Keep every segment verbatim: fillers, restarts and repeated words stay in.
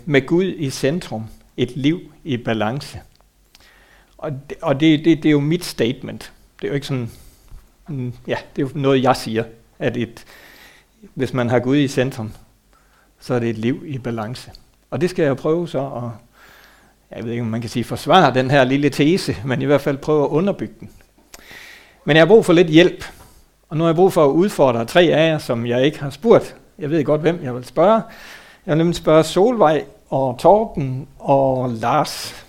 Med Gud i centrum, et liv i balance. Og det, og det, det, det er jo mit statement. Det er jo ikke sådan, mm, ja, det er jo noget, jeg siger, at et, hvis man har Gud i centrum, så er det et liv i balance. Og det skal jeg prøve så at, jeg ved ikke, om man kan sige forsvare den her lille tese, men i hvert fald prøve at underbygge den. Men jeg har brug for lidt hjælp, og nu har jeg brug for at udfordre tre af jer, som jeg ikke har spurgt. Jeg ved godt, hvem jeg vil spørge. Jeg vil nemlig spørge Solvej og Torben og Lars.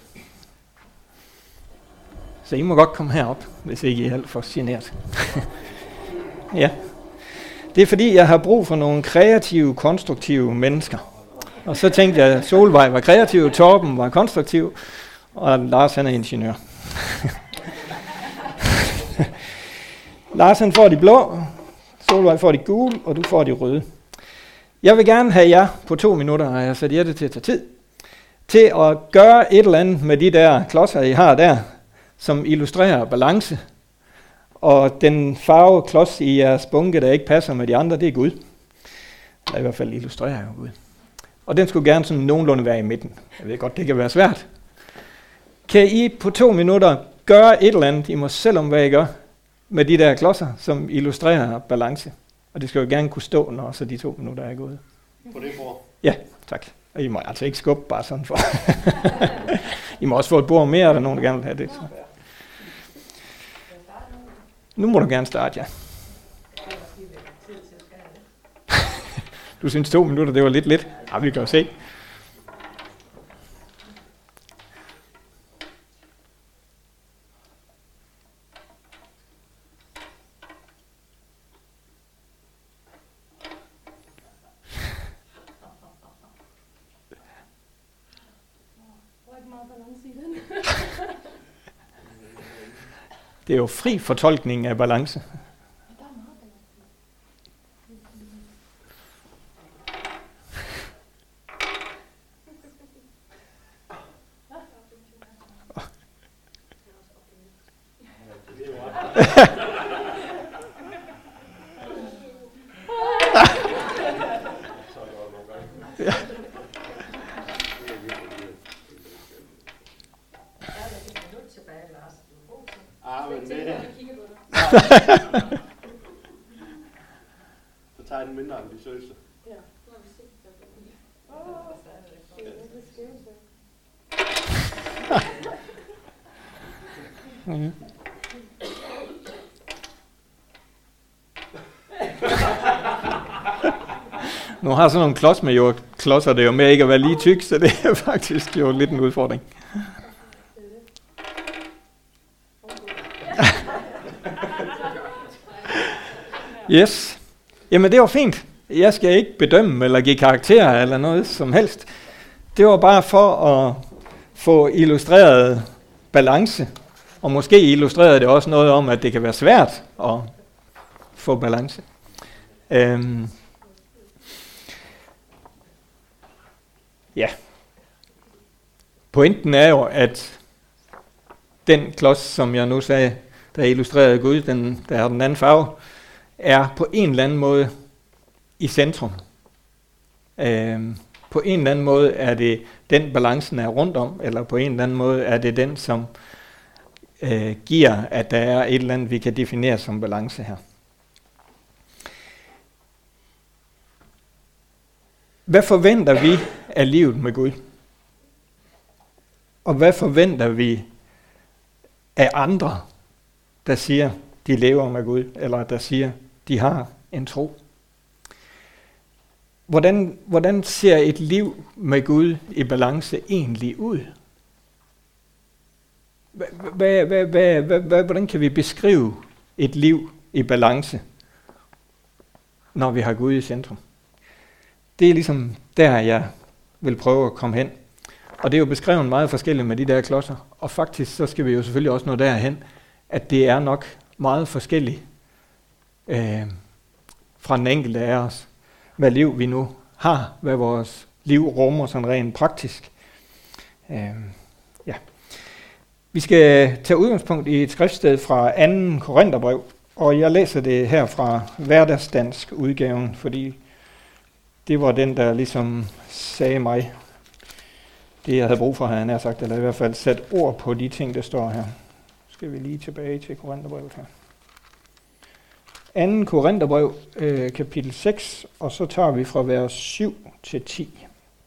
Så I må godt komme herop, hvis ikke I er alt for genert. Ja. Det er fordi, jeg har brug for nogle kreative, konstruktive mennesker. Og så tænkte jeg, at Solvej var kreativ, Torben var konstruktiv, og Lars han er ingeniør. Lars han får de blå, Solvej får de gule, og du får de røde. Jeg vil gerne have jer på to minutter, og jeg har sat jer det til at tage tid, til at gøre et eller andet med de der klodser, I har der, som illustrerer balance. Og den farve klods i jeres bunke, der ikke passer med de andre, det er Gud. Eller i hvert fald illustrerer jo Gud. Og den skulle gerne sådan nogenlunde være i midten. Jeg ved godt, det kan være svært. Kan I på to minutter gøre et eller andet, I må selv om hvad I gør, med de der klodser, som illustrerer balance? Og det skal jo gerne kunne stå, når så de to minutter er gået. På det bord? Ja, tak. Og I må altså ikke skubbe bare sådan for. I må også få et bord mere, er der nogen, der gerne vil have det. Så. Nu må du gerne starte, ja. Du synes to minutter, det var lidt lidt. Ja, vi kan jo se. Det er jo fri fortolkning af balance. Så tager jeg den mindre ambitiøse. Ja. Mm. Nu har sådan nogle klods med jo klodser, det er jo med ikke at være lige tyk, så det er faktisk jo lidt en udfordring. Yes. Jamen det var fint. Jeg skal ikke bedømme eller give karakterer eller noget som helst. Det var bare for at få illustreret balance. Og måske illustrerede det også noget om, at det kan være svært at få balance. Øhm. Ja. Pointen er jo, at den klods, som jeg nu sagde, der illustrerede Gud, den, der har den anden farve, er på en eller anden måde i centrum. Øhm, på en eller anden måde er det den balancen er rundt om, eller på en eller anden måde er det den, som øh, giver, at der er et eller andet, vi kan definere som balance her. Hvad forventer vi af livet med Gud? Og hvad forventer vi af andre, der siger, de lever med Gud, eller der siger, de har en tro? Hvordan, hvordan ser et liv med Gud i balance egentlig ud? Hvad, hvad, hvad, hvad, hvad, hvordan kan vi beskrive et liv i balance, når vi har Gud i centrum? Det er ligesom der, jeg vil prøve at komme hen. Og det er jo beskrevet meget forskelligt med de der klodser. Og faktisk så skal vi jo selvfølgelig også nå derhen, at det er nok meget forskelligt øh, fra den enkelte af os, hvad liv vi nu har, hvad vores liv rummer sådan rent praktisk. Øh, ja. Vi skal tage udgangspunkt i et skriftsted fra anden Korintherbrev, og jeg læser det her fra hverdagsdansk udgaven, fordi det var den, der ligesom sagde mig det, jeg havde brug for, havde jeg nær sagt, eller i hvert fald sat ord på de ting, der står her. Så skal vi lige tilbage til Korintherbrevet her. Anden Korintherbrev, øh, kapitel seks, og så tager vi fra vers syv til ti.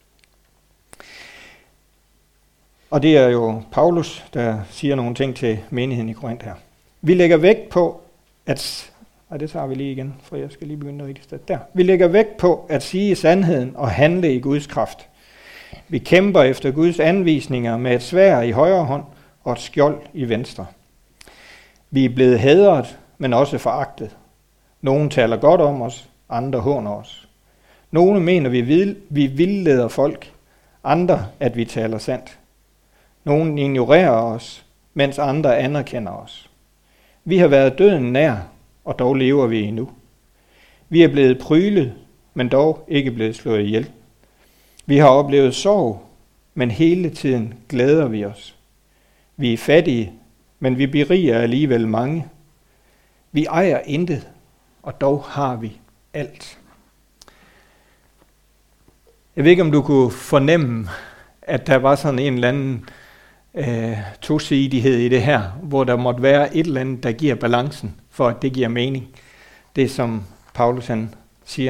Og det er jo Paulus, der siger nogle ting til menigheden i Korinth her. Vi lægger vægt på, at... Ej, det tager vi lige igen, for jeg skal lige begynde det rigtige sted. Der. Vi lægger vægt på at sige sandheden og handle i Guds kraft. Vi kæmper efter Guds anvisninger med et sværd i højre hånd og et skjold i venstre. Vi er blevet hædret, men også foragtet. Nogle taler godt om os, andre håner os. Nogle mener, vi, vil, vi vildleder folk, andre, at vi taler sandt. Nogle ignorerer os, mens andre anerkender os. Vi har været døden nær, og dog lever vi endnu. Vi er blevet prylet, men dog ikke blevet slået ihjel. Vi har oplevet sorg, men hele tiden glæder vi os. Vi er fattige, men vi beriger alligevel mange. Vi ejer intet, og dog har vi alt. Jeg ved ikke, om du kunne fornemme, at der var sådan en eller anden øh, tosidighed i det her, hvor der måtte være et eller andet, der giver balancen, for at det giver mening. Det som Paulus han siger.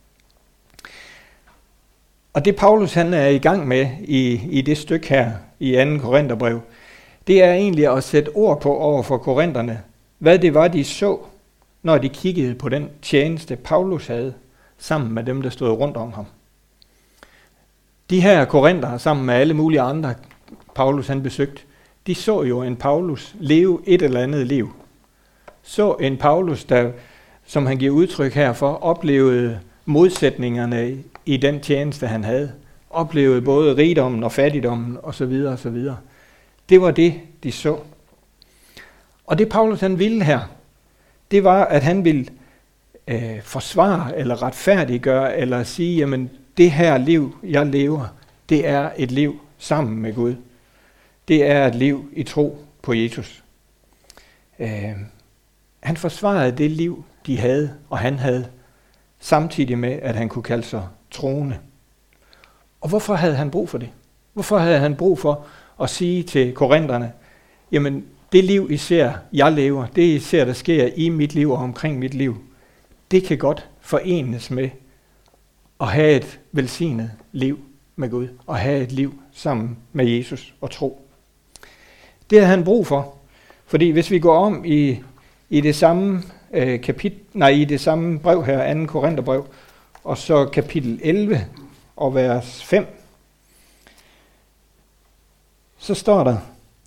Og det Paulus han er i gang med i, i det stykke her i anden Korintherbrev, det er egentlig at sætte ord på over for korinterne, hvad det var, de så, når de kiggede på den tjeneste, Paulus havde, sammen med dem, der stod rundt om ham. De her korinther, sammen med alle mulige andre, Paulus han besøgte, de så jo en Paulus leve et eller andet liv. Så en Paulus, der, som han giver udtryk her for, oplevede modsætningerne i den tjeneste, han havde. Oplevede både rigdommen og fattigdommen osv. osv. Det var det, de så. Og det Paulus han ville her, det var, at han ville øh, forsvare eller retfærdiggøre, eller sige, jamen det her liv, jeg lever, det er et liv sammen med Gud. Det er et liv i tro på Jesus. Øh, han forsvarede det liv, de havde, og han havde, samtidig med, at han kunne kalde sig troende. Og hvorfor havde han brug for det? Hvorfor havde han brug for at sige til korinterne, jamen det liv, I ser, jeg lever, det I ser, der sker i mit liv og omkring mit liv, det kan godt forenes med at have et velsignet liv med Gud, og have et liv sammen med Jesus og tro. Det havde han brug for, fordi hvis vi går om i, i det samme øh, kapitel, nej, i det samme brev her, anden Korintherbrev, og så kapitel elleve og vers fem, så står der,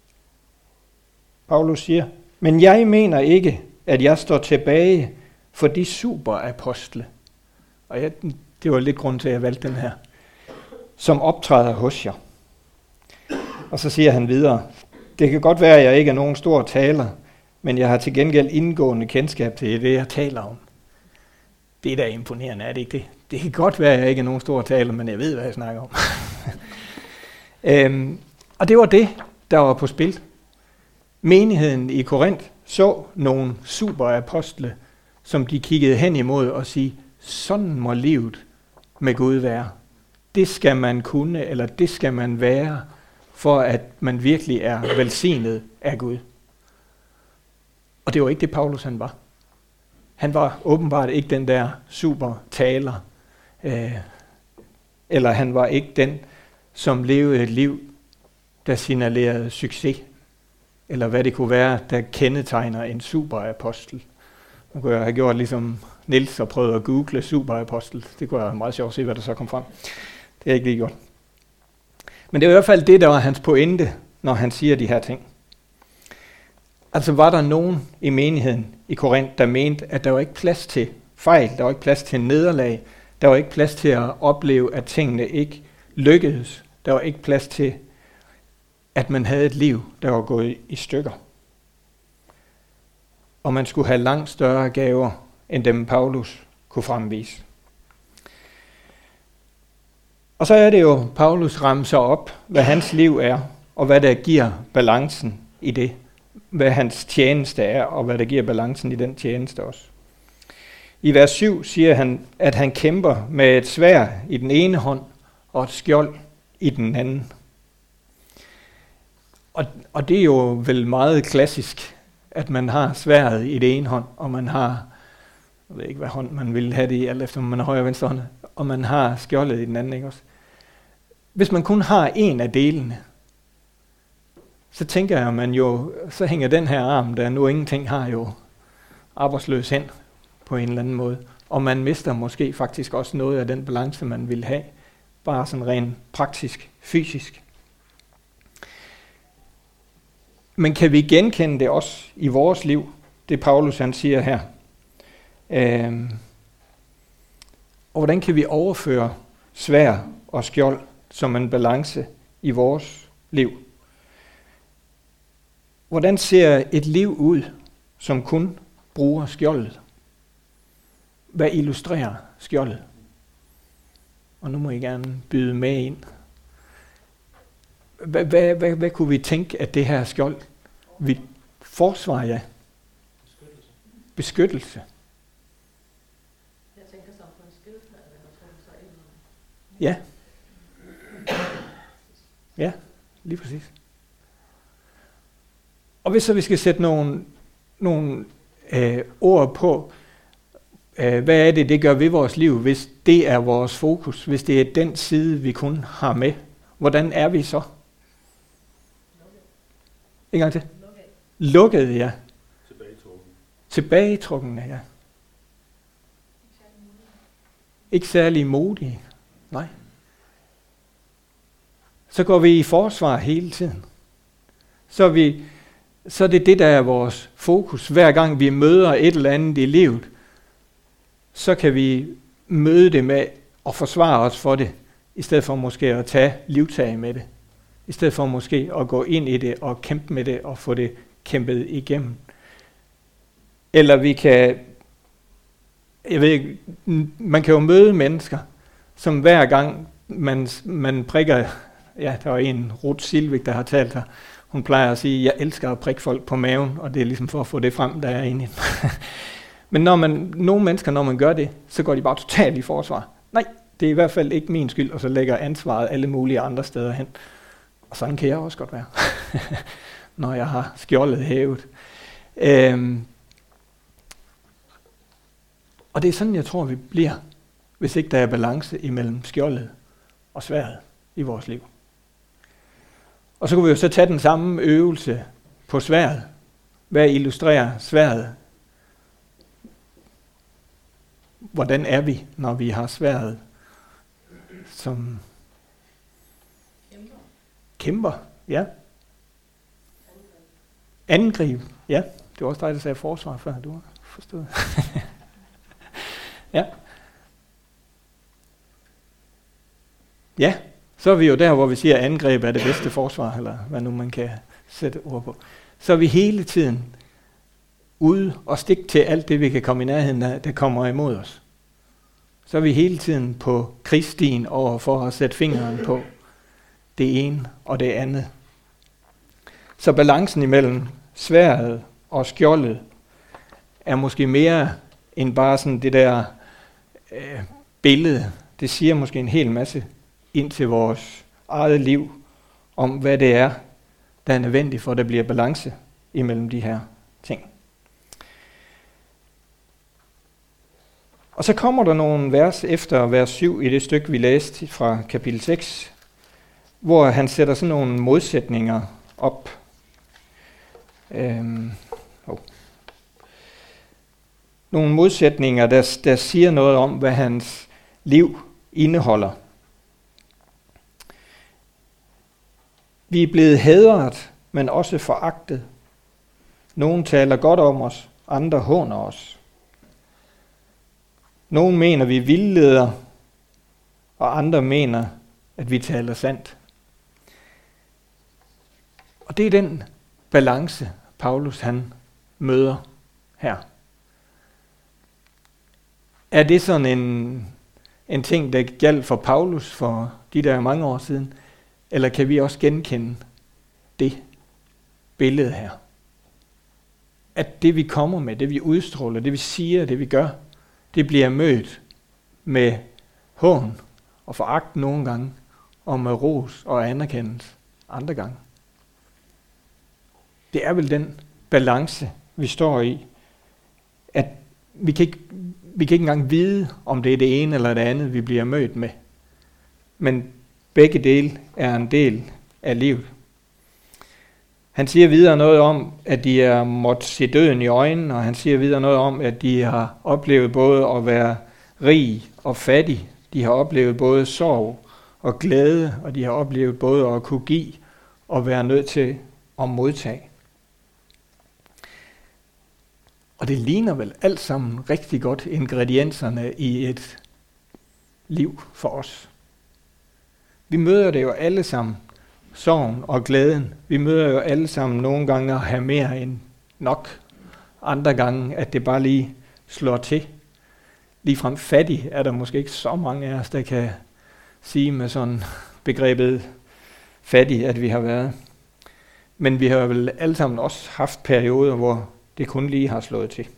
Paulus siger, men jeg mener ikke, at jeg står tilbage for de superapostle. Og jeg, det var lidt grund til, at jeg valgte den her. Som optræder hos jer. Og så siger han videre, det kan godt være, at jeg ikke er nogen stor taler, men jeg har til gengæld indgående kendskab til det, jeg taler om. Det er da imponerende, er det ikke det? Det kan godt være, at jeg ikke er nogen stor taler, men jeg ved, hvad jeg snakker om. øhm, og det var det, der var på spil. Menigheden i Korinth så nogle superapostle, som de kiggede hen imod og sige, sådan må livet med Gud være. Det skal man kunne, eller det skal man være, for at man virkelig er velsignet af Gud. Og det var ikke det, Paulus han var. Han var åbenbart ikke den der super taler, øh, eller han var ikke den, som levede et liv, der signalerede succes, eller hvad det kunne være, der kendetegner en superapostel. Nu kunne jeg have gjort ligesom Niels og prøvet at google superapostel. Det kunne være meget sjovt at se, hvad der så kom frem. Det har jeg ikke lige gjort. Men det er i hvert fald det, der var hans pointe, når han siger de her ting. Altså var der nogen i menigheden i Korinth, der mente, at der var ikke plads til fejl, der var ikke plads til nederlag, der var ikke plads til at opleve, at tingene ikke lykkedes, der var ikke plads til, at man havde et liv, der var gået i stykker. Og man skulle have langt større gaver, end dem Paulus kunne fremvise. Og så er det jo, Paulus ramser op, hvad hans liv er, og hvad der giver balancen i det. Hvad hans tjeneste er, og hvad der giver balancen i den tjeneste også. I vers syv siger han, at han kæmper med et sværd i den ene hånd, og et skjold i den anden. Og, og det er jo vel meget klassisk, at man har sværdet i det ene hånd, og man har, jeg ved ikke hvad hånd man vil have det i, alt efter om man har højre og venstre hånd, og man har skjoldet i den anden, ikke også? Hvis man kun har en af delene, så tænker jeg, at man jo, så hænger den her arm, der nu ingenting har, jo arbejdsløs hen på en eller anden måde. Og man mister måske faktisk også noget af den balance, man vil have, bare sådan rent praktisk, fysisk. Men kan vi genkende det også i vores liv, det Paulus han siger her? Øhm, og hvordan kan vi overføre sværd og skjold som en balance i vores liv? Hvordan ser et liv ud, som kun bruger skjoldet? Hvad illustrerer skjoldet? Og nu må I gerne byde med ind. Hvad, hvad, hvad, hvad kunne vi tænke, at det her skjold vi forsvar, ja? Beskyttelse. Beskyttelse. Jeg tænker så på en skildpadde, eller tror du så ind? Ja. Ja, lige præcis. Og hvis så vi skal sætte nogle, nogle øh, ord på, øh, hvad er det, det gør ved vores liv, hvis det er vores fokus, hvis det er den side, vi kun har med, hvordan er vi så? En gang til. Lukket, ja. Tilbagetrukken. Tilbagetrukken, ja. Ikke særlig modige. Nej. Så går vi i forsvar hele tiden. Så er, vi, så er det det, der er vores fokus. Hver gang vi møder et eller andet i livet, så kan vi møde det med at forsvare os for det, i stedet for måske at tage livtag med det. I stedet for måske at gå ind i det og kæmpe med det og få det kæmpet igennem. Eller vi kan, jeg ved ikke, man kan jo møde mennesker, som hver gang man, man prikker, ja, der var en, Ruth Silvik, der har talt her, hun plejer at sige, jeg elsker at prikke folk på maven, og det er ligesom for at få det frem, der er inde i. Men når man, nogle mennesker, når man gør det, så går de bare totalt i forsvar. Nej, det er i hvert fald ikke min skyld, og så lægger ansvaret alle mulige andre steder hen. Og sådan kan jeg også godt være, når jeg har skjoldet hævet. Øhm. Og det er sådan, jeg tror, vi bliver, hvis ikke der er balance imellem skjoldet og sværdet i vores liv. Og så kunne vi jo så tage den samme øvelse på sværdet. Hvad illustrerer sværdet? Hvordan er vi, når vi har sværdet som Kæmper. Kæmper, ja. Angreb, ja. Det var også dig, der sagde forsvar før, du har forstået. Ja. Ja, så er vi jo der, hvor vi siger, at angreb er det bedste forsvar, eller hvad nu man kan sætte ord på. Så er vi hele tiden ude og stikke til alt det, vi kan komme i nærheden af, der kommer imod os. Så er vi hele tiden på krigsstien over for at sætte fingeren på det ene og det andet. Så balancen imellem sværdet og skjoldet er måske mere end bare sådan det der øh, billede. Det siger måske en hel masse ind til vores eget liv om, hvad det er, der er nødvendigt for, at der bliver balance imellem de her ting. Og så kommer der nogle vers efter vers syv i det stykke, vi læste fra kapitel seks, hvor han sætter sådan nogle modsætninger op. Øhm, oh. Nogle modsætninger, der, der siger noget om, hvad hans liv indeholder. Vi er blevet hædret, men også foragtet. Nogle taler godt om os, andre håner os. Nogle mener, vi vildleder, og andre mener, at vi taler sandt. Og det er den balance, Paulus han møder her. Er det sådan en, en ting, der gjaldt for Paulus for de der mange år siden? Eller kan vi også genkende det billede her? At det vi kommer med, det vi udstråler, det vi siger, det vi gør, det bliver mødt med hån og foragt nogle gange, og med ros og anerkendelse andre gange. det er vel den balance, vi står i, at vi kan ikke, vi kan ikke engang vide, om det er det ene eller det andet, vi bliver mødt med. Men begge dele er en del af livet. Han siger videre noget om, at de er måtte se døden i øjnene, og han siger videre noget om, at de har oplevet både at være rig og fattig. De har oplevet både sorg og glæde, og de har oplevet både at kunne give og være nødt til at modtage. Og det ligner vel alt sammen rigtig godt ingredienserne i et liv for os. Vi møder det jo alle sammen, sorgen og glæden. Vi møder jo alle sammen nogle gange at have mere end nok. Andre gange, at det bare lige slår til. Ligefrem fattig er der måske ikke så mange af os, der kan sige med sådan begrebet fattig, at vi har været. Men vi har vel alle sammen også haft perioder, hvor det kun lige har slået til.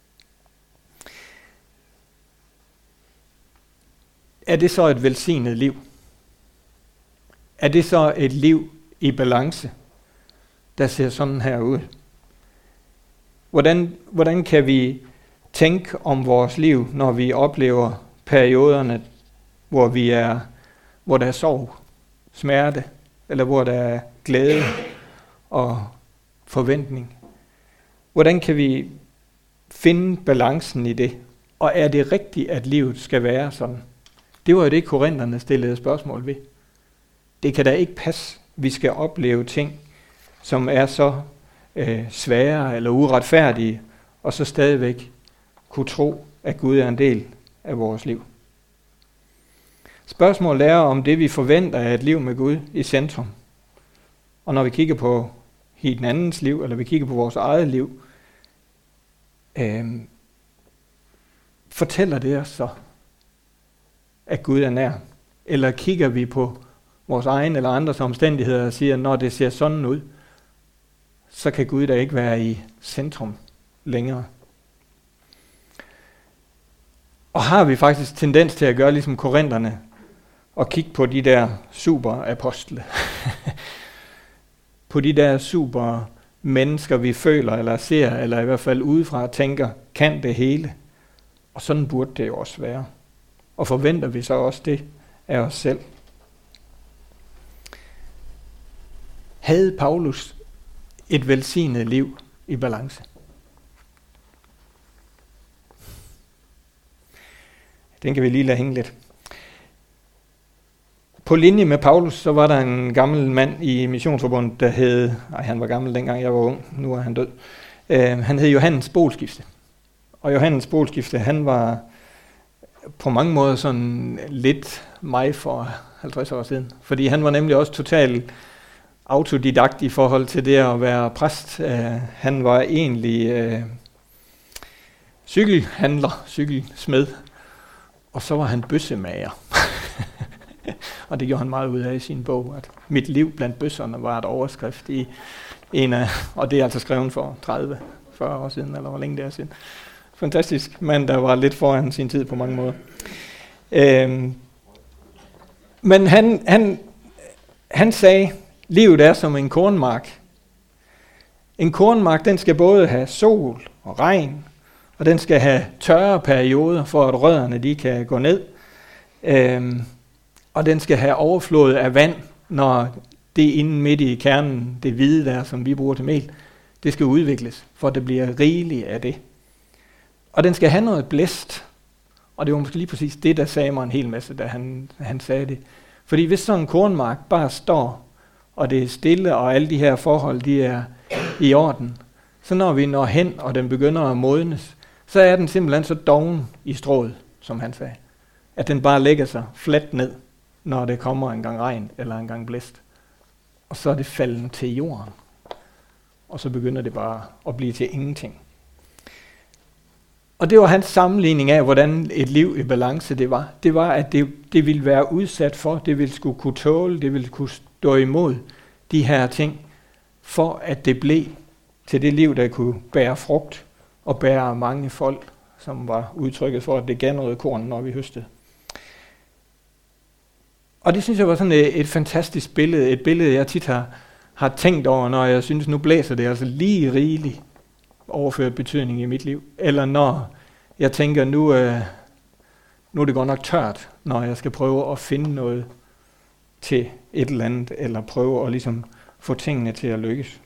Er det så et velsignet liv? Er det så et liv i balance, der ser sådan her ud? Hvordan, hvordan kan vi tænke om vores liv, når vi oplever perioderne, hvor vi er, hvor der er sorg, smerte, eller hvor der er glæde og forventning? Hvordan kan vi finde balancen i det? Og er det rigtigt, at livet skal være sådan? Det var jo det, korinterne stillede spørgsmål ved. Det kan da ikke passe, vi skal opleve ting, som er så øh, svære eller uretfærdige, og så stadigvæk kunne tro, at Gud er en del af vores liv. Spørgsmålet er, om det vi forventer er et liv med Gud i centrum. Og når vi kigger på den andens liv, eller vi kigger på vores eget liv, øh, fortæller det os så, at Gud er nær? Eller kigger vi på vores egen eller andres omstændigheder og siger, at når det ser sådan ud, så kan Gud da ikke være i centrum længere. Og har vi faktisk tendens til at gøre ligesom korinterne, og kigge på de der superapostle, på de der super mennesker, vi føler eller ser, eller i hvert fald udefra tænker, kan det hele. Og sådan burde det jo også være. Og forventer vi så også det af os selv. Havde Paulus et velsignet liv i balance? Den kan vi lige lade hænge lidt. På linje med Paulus, så var der en gammel mand i Missionsforbundet, der hed, nej, han var gammel dengang jeg var ung, nu er han død. Uh, han hed Johannes Bolskifte. Og Johannes Bolskifte, han var på mange måder sådan lidt mig for halvtreds år siden. Fordi han var nemlig også totalt autodidakt i forhold til det at være præst. Uh, han var egentlig uh, cykelhandler, cykelsmed, og så var han bøssemager. Og det gjorde han meget ud af i sin bog, at mit liv blandt bøsserne var et overskrift i en af, og det er altså skrevet for tredive fyrre år siden, eller hvor længe det er siden. Fantastisk mand, der var lidt foran sin tid på mange måder. Øhm, men han, han, han sagde, livet er som en kornmark. En kornmark, den skal både have sol og regn, og den skal have tørre perioder, for at rødderne de kan gå ned. Øhm, og den skal have overflod af vand, når det inde midt i kernen, det hvide der, som vi bruger til mel, det skal udvikles, for at det bliver rigeligt af det. Og den skal have noget blæst, og det var måske lige præcis det, der sagde mig en hel masse, da han, han sagde det. Fordi hvis sådan en kornmark bare står, og det er stille, og alle de her forhold, de er i orden, så når vi når hen, og den begynder at modnes, så er den simpelthen så doven i strået, som han sagde, at den bare lægger sig fladt ned, når det kommer en gang regn eller en gang blæst. Og så er det falden til jorden. Og så begynder det bare at blive til ingenting. Og det var hans sammenligning af, hvordan et liv i balance det var. Det var, at det, det ville være udsat for, det ville skulle kunne tåle, det ville kunne stå imod de her ting, for at det blev til det liv, der kunne bære frugt og bære mange folk, som var udtrykket for, at det gav noget korn, når vi høstede. Og det synes jeg var sådan et, et fantastisk billede, et billede, jeg tit har, har tænkt over, når jeg synes, nu blæser det altså lige rigeligt overført betydning i mit liv. Eller når jeg tænker, nu, øh, nu er det godt nok tørt, når jeg skal prøve at finde noget til et eller andet, eller prøve at ligesom få tingene til at lykkes.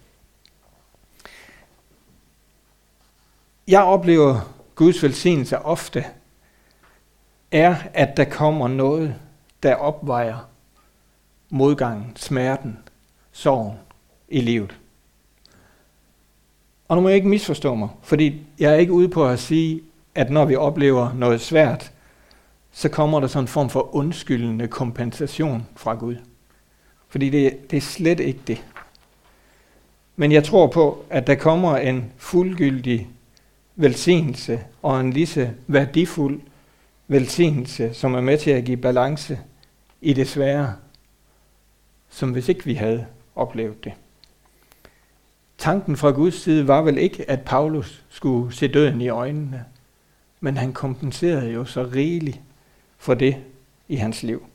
Jeg oplever Guds velsignelse ofte, er, at der kommer noget, der opvejer modgangen, smerten, sorgen i livet. Og nu må jeg ikke misforstå mig, fordi jeg er ikke ude på at sige, at når vi oplever noget svært, så kommer der sådan en form for undskyldende kompensation fra Gud. Fordi det, det er slet ikke det. Men jeg tror på, at der kommer en fuldgyldig velsignelse og en lige så værdifuld velsignelse, som er med til at give balance i det svære, som hvis ikke vi havde oplevet det. Tanken fra Guds side var vel ikke, at Paulus skulle se døden i øjnene, men han kompenserede jo så rigeligt for det i hans liv.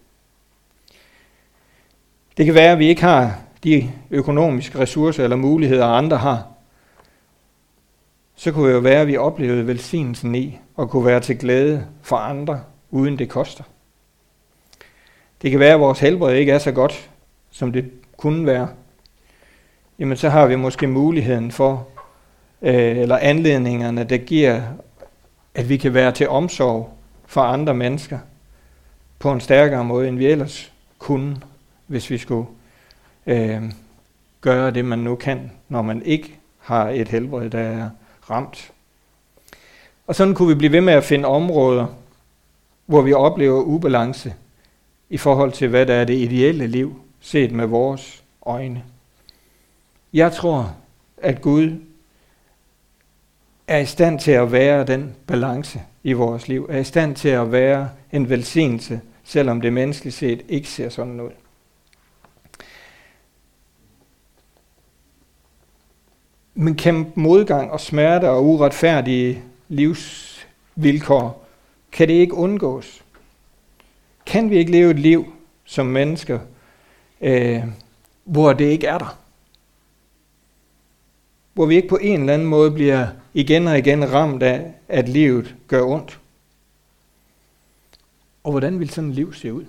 Det kan være, at vi ikke har de økonomiske ressourcer eller muligheder, andre har. Så kunne det jo være, at vi oplevede velsignelsen i at kunne være til glæde for andre, uden det koster. Det kan være, at vores helbred ikke er så godt, som det kunne være. Jamen så har vi måske muligheden for, øh, eller anledningerne, der giver, at vi kan være til omsorg for andre mennesker på en stærkere måde, end vi ellers kunne, hvis vi skulle øh, gøre det, man nu kan, når man ikke har et helbred, der er ramt. Og sådan kunne vi blive ved med at finde områder, hvor vi oplever ubalance i forhold til, hvad der er det ideelle liv, set med vores øjne. Jeg tror, at Gud er i stand til at være den balance i vores liv, er i stand til at være en velsignelse, selvom det menneskeligt set ikke ser sådan ud. Men kan modgang og smerte og uretfærdige livsvilkår, kan det ikke undgås? Kan vi ikke leve et liv som mennesker, øh, hvor det ikke er der? Hvor vi ikke på en eller anden måde bliver igen og igen ramt af, at livet gør ondt? Og hvordan vil sådan et liv se ud?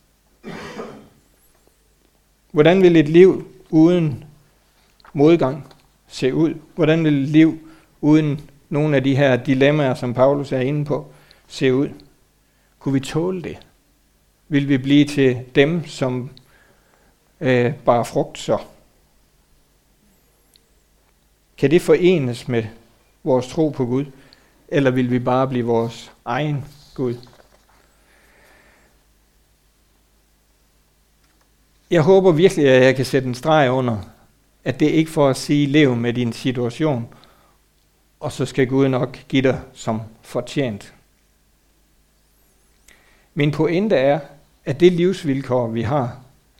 Hvordan vil et liv uden modgang se ud? Hvordan vil et liv uden nogle af de her dilemmaer, som Paulus er inde på, se ud? Kunne vi tåle det? Vil vi blive til dem, som øh, bare frugt så? Kan det forenes med vores tro på Gud? Eller vil vi bare blive vores egen Gud? Jeg håber virkelig, at jeg kan sætte en streg under, at det ikke for at sige, lev med din situation, og så skal Gud nok give dig som fortjent. Min pointe er, at det livsvilkår, vi har,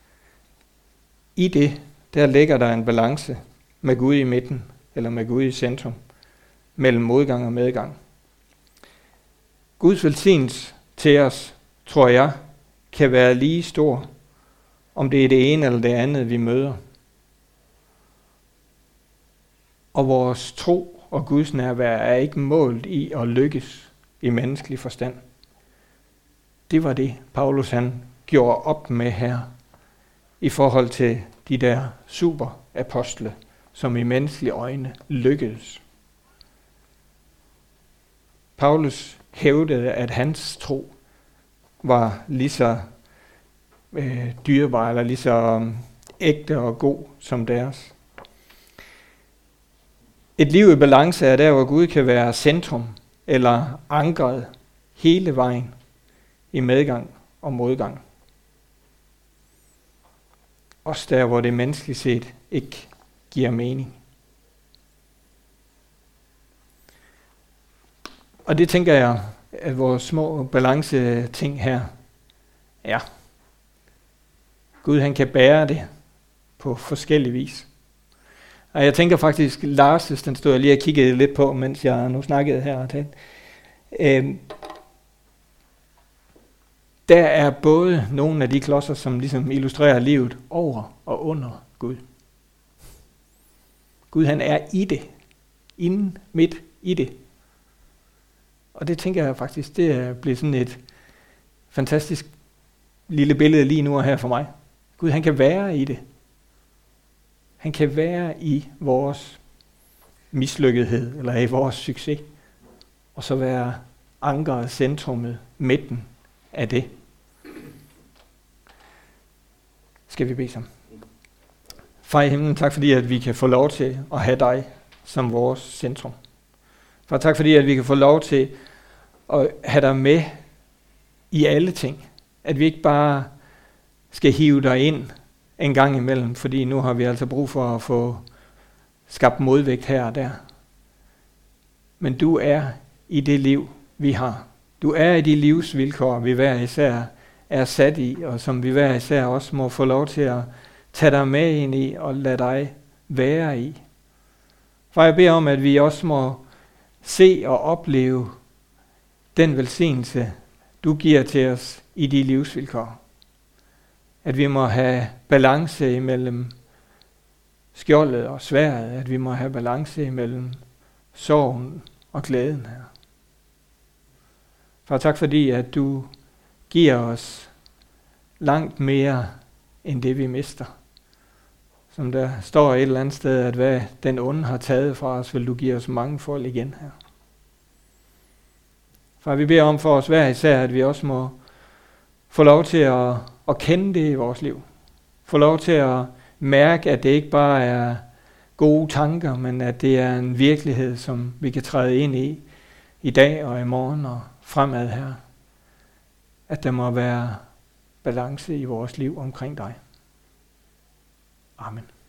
i det, der ligger der en balance med Gud i midten, eller med Gud i centrum, mellem modgang og medgang. Guds velsignelse til os, tror jeg, kan være lige stor, om det er det ene eller det andet, vi møder. Og vores tro og Guds nærvær er ikke målt i at lykkes i menneskelig forstand. Det var det, Paulus han gjorde op med her, i forhold til de der superapostle, som i menneskelige øjne lykkedes. Paulus hævdede, at hans tro var lige så øh, dyrebar, eller lige så øh, ægte og god som deres. Et liv i balance er der, hvor Gud kan være centrum, eller ankret hele vejen i medgang og modgang. Også der, hvor det menneskeligt set ikke giver mening. Og det tænker jeg, at vores små balance ting her, ja, Gud han kan bære det på forskellig vis. Og jeg tænker faktisk, Lars, den stod jeg lige og kiggede lidt på, mens jeg nu snakkede her og talte. Øhm, der er både nogle af de klodser, som ligesom illustrerer livet over og under Gud. Gud han er i det. Inden midt i det. Og det tænker jeg faktisk, det er blevet sådan et fantastisk lille billede lige nu og her for mig. Gud han kan være i det. Han kan være i vores mislykkethed, eller i vores succes. Og så være ankeret, centrummet, midten af det. Skal vi bede sammen. Far i himlen, tak fordi at vi kan få lov til at have dig som vores centrum. Far, tak fordi at vi kan få lov til at have dig med i alle ting. At vi ikke bare skal hive dig ind en gang imellem, fordi nu har vi altså brug for at få skabt modvægt her og der. Men du er i det liv, vi har. Du er i de livsvilkår, vi hver især er sat i, og som vi hver især også må få lov til at tage dig med ind i og lade dig være i. For jeg beder om, at vi også må se og opleve den velsignelse, du giver til os i de livsvilkår. At vi må have balance imellem skjoldet og sværdet, at vi må have balance imellem sorgen og glæden her. Far, tak fordi, at du giver os langt mere end det, vi mister. Som der står et eller andet sted, at hvad den onde har taget fra os, vil du give os mange folk igen her. Far, vi beder om for os hver især, at vi også må få lov til at, at kende det i vores liv. Få lov til at mærke, at det ikke bare er gode tanker, men at det er en virkelighed, som vi kan træde ind i i dag og i morgen og fremad her. At der må være balance i vores liv omkring dig. Amen.